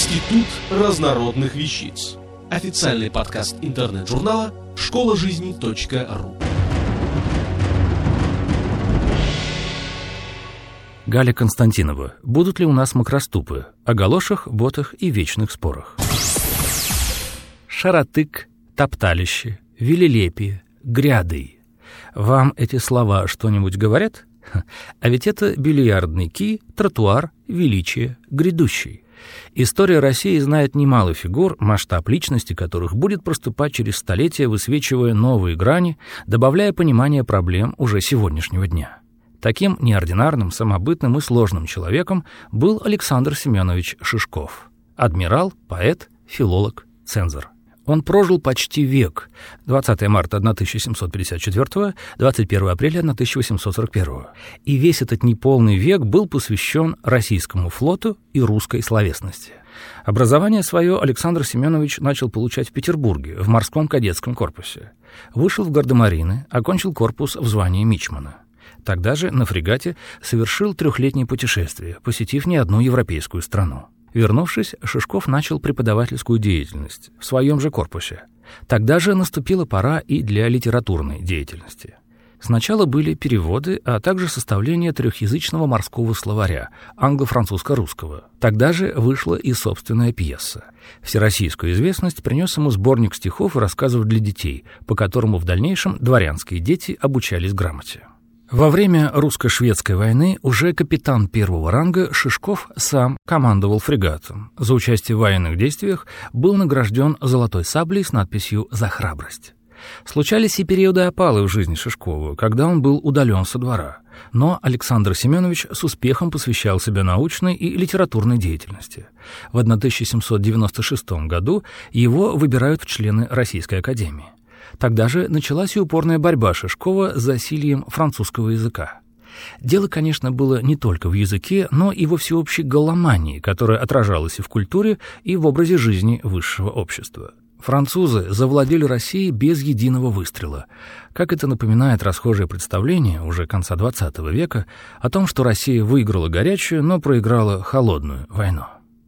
Институт разнородных вещиц. Официальный подкаст интернет-журнала школажизни.ру. Галя Константинова. Будут ли у нас макроступы? О галошах, ботах и вечных спорах. Шаротык, топталище, велелепие, грядый. Вам эти слова что-нибудь говорят? А ведь это бильярдный кий, тротуар, величие, грядущий. История России знает немало фигур, масштаб личности которых будет проступать через столетия, высвечивая новые грани, добавляя понимание проблем уже сегодняшнего дня. Таким неординарным, самобытным и сложным человеком был Александр Семенович Шишков. Адмирал, поэт, филолог, цензор. Он прожил почти век, 20 марта 1754, 21 апреля 1841. И весь этот неполный век был посвящен российскому флоту и русской словесности. Образование свое Александр Семенович начал получать в Петербурге, в морском кадетском корпусе. Вышел в гардемарины, окончил корпус в звании мичмана. Тогда же на фрегате совершил 3-летнее путешествие, посетив не одну европейскую страну. Вернувшись, Шишков начал преподавательскую деятельность в своем же корпусе. Тогда же наступила пора и для литературной деятельности. Сначала были переводы, а также составление трехязычного морского словаря, англо-французско-русского. Тогда же вышла и собственная пьеса. Всероссийскую известность принес ему сборник стихов и рассказов для детей, по которому в дальнейшем дворянские дети обучались грамоте. Во время русско-шведской войны уже капитан первого ранга Шишков сам командовал фрегатом. За участие в военных действиях был награжден золотой саблей с надписью «За храбрость». Случались и периоды опалы в жизни Шишкова, когда он был удален со двора. Но Александр Семенович с успехом посвящал себя научной и литературной деятельности. В 1796 году его выбирают в члены Российской академии. Тогда же началась и упорная борьба Шишкова с засильем французского языка. Дело, конечно, было не только в языке, но и во всеобщей галломании, которая отражалась и в культуре, и в образе жизни высшего общества. Французы завладели Россией без единого выстрела. Как это напоминает расхожее представление уже конца XX века о том, что Россия выиграла горячую, но проиграла холодную войну.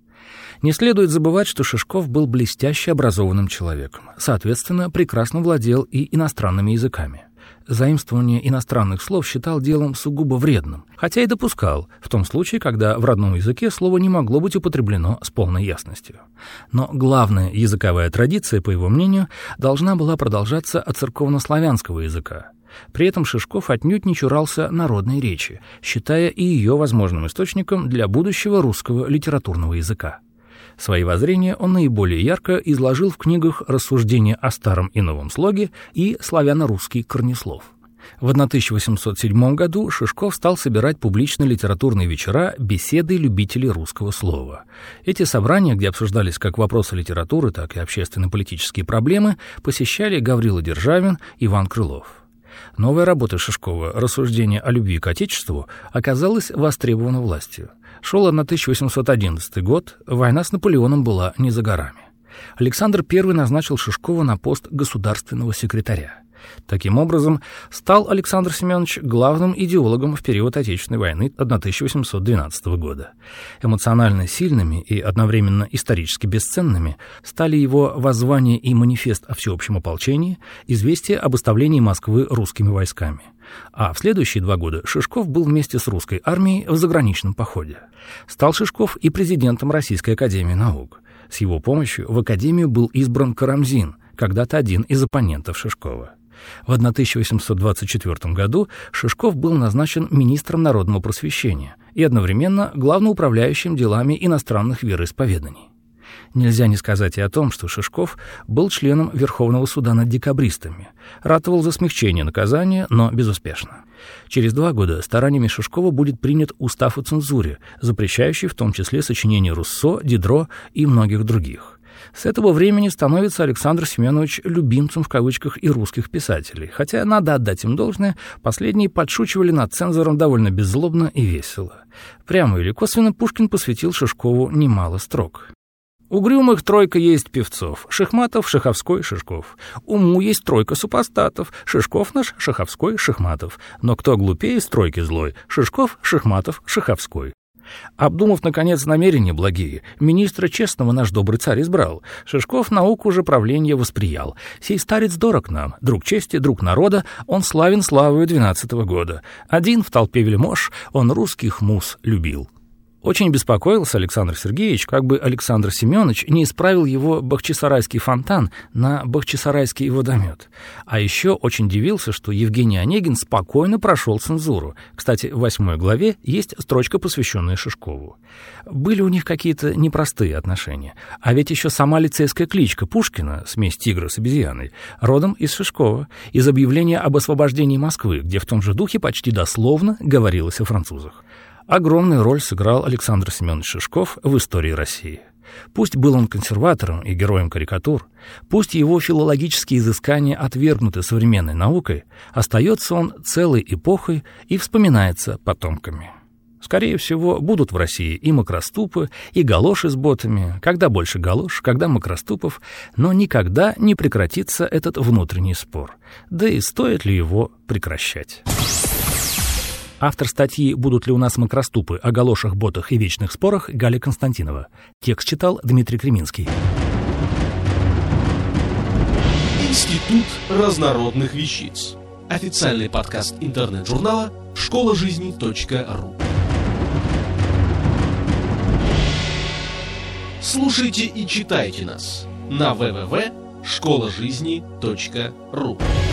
Не следует забывать, что Шишков был блестяще образованным человеком, соответственно, прекрасно владел и иностранными языками. Заимствование иностранных слов считал делом сугубо вредным, хотя и допускал, в том случае, когда в родном языке слово не могло быть употреблено с полной ясностью. Но главная языковая традиция, по его мнению, должна была продолжаться от церковнославянского языка. При этом Шишков отнюдь не чурался народной речи, считая и ее возможным источником для будущего русского литературного языка. Свои воззрения он наиболее ярко изложил в книгах «Рассуждения о старом и новом слоге» и «Славяно-русский корнеслов». В 1807 году Шишков стал собирать публичные литературные вечера «Беседы любителей русского слова». Эти собрания, где обсуждались как вопросы литературы, так и общественно-политические проблемы, посещали Гаврила Державин, Иван Крылов. Новая работа Шишкова «Рассуждение о любви к Отечеству» оказалась востребована властью. Шел 1811 год, война с Наполеоном была не за горами. Александр I назначил Шишкова на пост государственного секретаря. Таким образом, стал Александр Семенович главным идеологом в период Отечественной войны 1812 года. Эмоционально сильными и одновременно исторически бесценными стали его воззвание и манифест о всеобщем ополчении, известие об оставлении Москвы русскими войсками. А в следующие 2 года Шишков был вместе с русской армией в заграничном походе. Стал Шишков и президентом Российской академии наук. С его помощью в академию был избран Карамзин, когда-то один из оппонентов Шишкова. В 1824 году Шишков был назначен министром народного просвещения и одновременно главноуправляющим делами иностранных вероисповеданий. Нельзя не сказать и о том, что Шишков был членом Верховного суда над декабристами, ратовал за смягчение наказания, но безуспешно. Через 2 года стараниями Шишкова будет принят устав о цензуре, запрещающий в том числе сочинения Руссо, Дидро и многих других. С этого времени становится Александр Семенович любимцем в кавычках и русских писателей, хотя, надо отдать им должное, последние подшучивали над цензором довольно беззлобно и весело. Прямо или косвенно Пушкин посвятил Шишкову немало строк. «Угрюмых 3 есть певцов, Шихматов, Шаховской, Шишков. Уму есть 3 супостатов, Шишков наш, Шаховской, Шихматов. Но кто глупее с 3 злой, Шишков, Шихматов, Шаховской». Обдумав, наконец, намерения благие, министра честного наш добрый царь избрал. Шишков науку же правления восприял. Сей старец дорог нам, друг чести, друг народа, он славен славою 12-го года. Один в толпе вельмож, он русских муз любил. Очень беспокоился Александр Сергеевич, как бы Александр Семенович не исправил его бахчисарайский фонтан на бахчисарайский водомет. А еще очень дивился, что Евгений Онегин спокойно прошел цензуру. Кстати, в 8 главе есть строчка, посвященная Шишкову. Были у них какие-то непростые отношения. А ведь еще сама лицейская кличка Пушкина, смесь тигра с обезьяной, родом из Шишкова, из объявления об освобождении Москвы, где в том же духе почти дословно говорилось о французах. Огромную роль сыграл Александр Семенович Шишков в истории России. Пусть был он консерватором и героем карикатур, пусть его филологические изыскания отвергнуты современной наукой, остается он целой эпохой и вспоминается потомками. Скорее всего, будут в России и макроступы, и галоши с ботами, когда больше галош, когда макроступов, но никогда не прекратится этот внутренний спор. Да и стоит ли его прекращать? Автор статьи «Будут ли у нас макроступы о галошах, ботах и вечных спорах» Галя Константинова. Текст читал Дмитрий Креминский. Институт разнородных вещиц. Официальный подкаст интернет-журнала школажизни.ру. Слушайте и читайте нас на www.школажизни.ру.